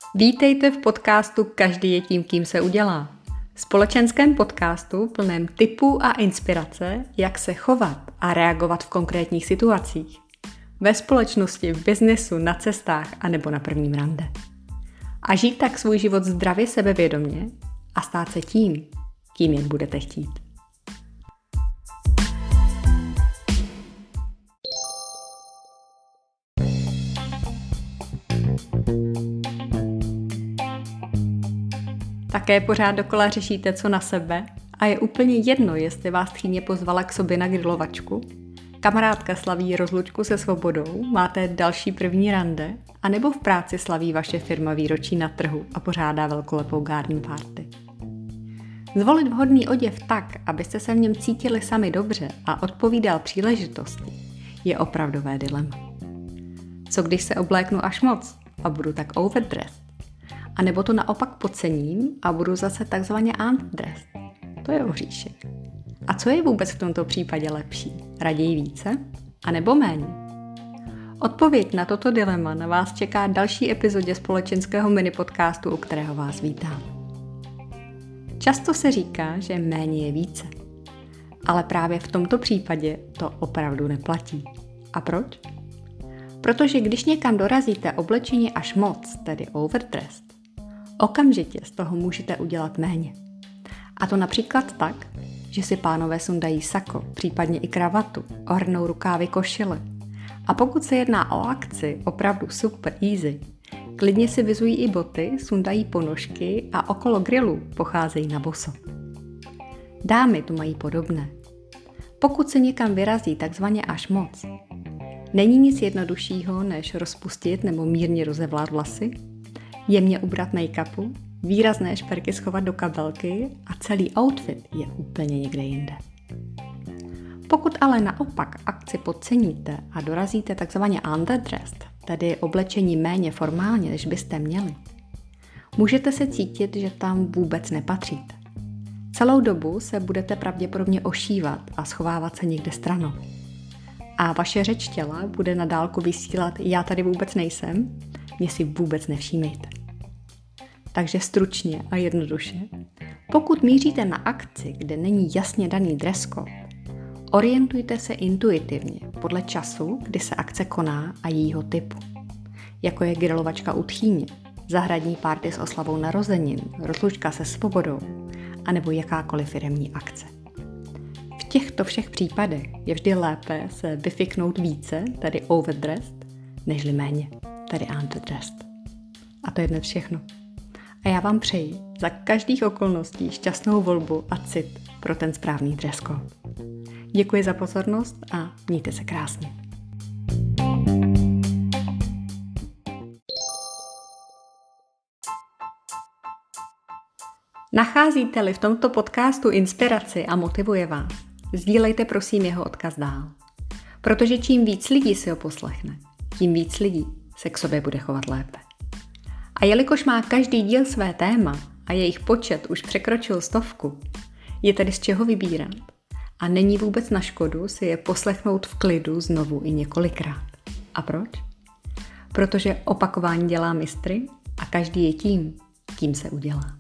Vítejte v podcastu Každý je tím, kým se udělá. Společenském podcastu plném tipů a inspirace, jak se chovat a reagovat v konkrétních situacích. Ve společnosti, v biznesu, na cestách a nebo na prvním rande. A žít tak svůj život zdravě sebevědomě a stát se tím, kým jen budete chtít. Také pořád dokola řešíte, co na sebe a je úplně jedno, jestli vás tchýně pozvala k sobě na grilovačku, kamarádka slaví rozlučku se svobodou, máte další první rande, anebo v práci slaví vaše firma výročí na trhu a pořádá velkolepou garden party. Zvolit vhodný oděv tak, abyste se v něm cítili sami dobře a odpovídal příležitosti, je opravdové dilema. Co když se obléknu až moc a budu tak overdressed? A nebo to naopak podcením a budu zase takzvaně underdressed? To je oříšek. A co je vůbec v tomto případě lepší? Raději více? A nebo méně? Odpověď na toto dilema na vás čeká další epizodě společenského minipodcastu, u kterého vás vítám. Často se říká, že méně je více. Ale právě v tomto případě to opravdu neplatí. A proč? Protože když někam dorazíte oblečení až moc, tedy overdressed, okamžitě z toho můžete udělat méně. A to například tak, že si pánové sundají sako, případně i kravatu, ohrnou rukávy košile. A pokud se jedná o akci opravdu super easy, klidně si vyzují i boty, sundají ponožky a okolo grilu pocházejí na boso. Dámy to mají podobné. Pokud se někam vyrazí takzvaně až moc, není nic jednoduššího, než rozpustit nebo mírně rozevlát vlasy, jemně ubrat make-upu, výrazné šperky schovat do kabelky a celý outfit je úplně někde jinde. Pokud ale naopak akci podceníte a dorazíte takzvaně underdressed, tedy oblečení méně formálně, než byste měli, můžete se cítit, že tam vůbec nepatříte. Celou dobu se budete pravděpodobně ošívat a schovávat se někde stranou. A vaše řeč těla bude na dálku vysílat já tady vůbec nejsem, mě si vůbec nevšímejte. Takže stručně a jednoduše, pokud míříte na akci, kde není jasně daný dress code, orientujte se intuitivně podle času, kdy se akce koná a jejího typu. Jako je grilovačka u tchýně, zahradní party s oslavou narozenin, rozlučka se svobodou, anebo jakákoliv firemní akce. V těchto všech případech je vždy lépe se vyfiknout více, tedy overdressed, nežli méně, tedy underdressed. A to je dnes všechno. A já vám přeji za každých okolností šťastnou volbu a cit pro ten správný dress code. Děkuji za pozornost a mějte se krásně. Nacházíte-li v tomto podcastu inspiraci a motivuje vás, sdílejte prosím jeho odkaz dál. Protože čím víc lidí si ho poslechne, tím víc lidí se k sobě bude chovat lépe. A jelikož má každý díl své téma a jejich počet už překročil 100, je tedy z čeho vybírat. A není vůbec na škodu si je poslechnout v klidu znovu i několikrát. A proč? Protože opakování dělá mistry a každý je tím, kým se udělá.